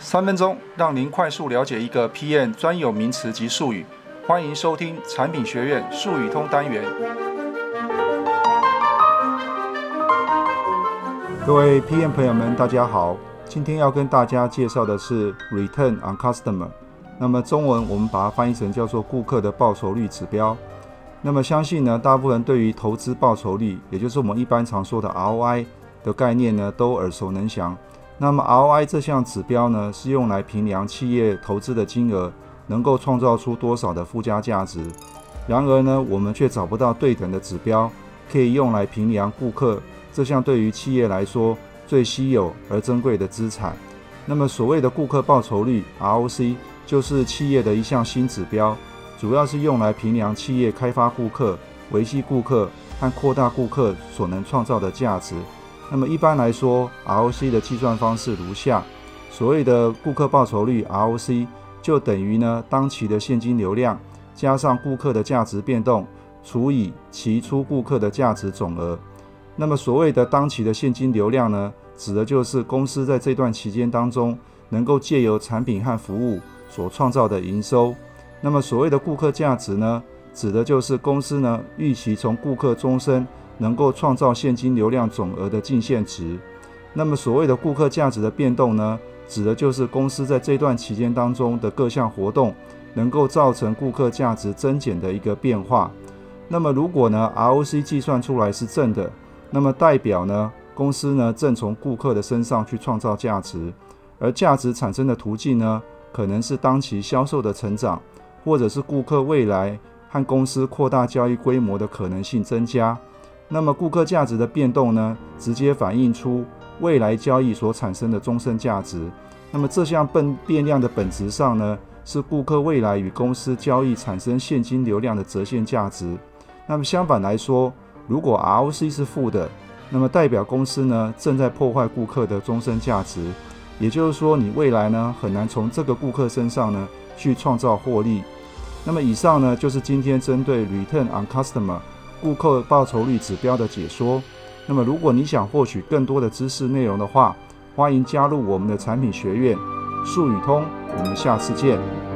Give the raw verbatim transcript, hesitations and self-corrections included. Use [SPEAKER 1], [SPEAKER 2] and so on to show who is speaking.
[SPEAKER 1] 三分钟让您快速了解一个 P M 专有名词及术语。欢迎收听产品学院术语通单元。各位 P M 朋友们，大家好。今天要跟大家介绍的是 Return on Customer。那么中文我们把它翻译成叫做顾客的报酬率指标。那么相信呢，大部分人对于投资报酬率，也就是我们一般常说的 R O I 的概念呢，都耳熟能详。那么 R O I 这项指标呢，是用来评量企业投资的金额能够创造出多少的附加价值。然而呢，我们却找不到对等的指标，可以用来评量顾客这项对于企业来说最稀有而珍贵的资产。那么所谓的顾客报酬率 R O C 就是企业的一项新指标，主要是用来评量企业开发顾客、维系顾客和扩大顾客所能创造的价值。那么一般来说 R O C 的计算方式如下：所谓的顾客报酬率 R O C 就等于呢当期的现金流量加上顾客的价值变动除以期初顾客的价值总额。那么所谓的当期的现金流量呢，指的就是公司在这段期间当中能够借由产品和服务所创造的营收。那么所谓的顾客价值呢，指的就是公司呢预期从顾客终身能够创造现金流量总额的净现值。那么所谓的顾客价值的变动呢，指的就是公司在这段期间当中的各项活动能够造成顾客价值增减的一个变化。那么如果呢 R O C 计算出来是正的，那么代表呢公司呢正从顾客的身上去创造价值，而价值产生的途径呢，可能是当期销售的成长，或者是顾客未来和公司扩大交易规模的可能性增加。那么顾客价值的变动呢，直接反映出未来交易所产生的终身价值。那么这项变量的本质上呢，是顾客未来与公司交易产生现金流量的折现价值。那么相反来说，如果 R O C 是负的，那么代表公司呢正在破坏顾客的终身价值。也就是说，你未来呢很难从这个顾客身上呢去创造获利。那么以上呢就是今天针对 Return on Customer 顾客报酬率指标的解说。那么如果你想获取更多的知识内容的话，欢迎加入我们的产品学院术语通。我们下次见。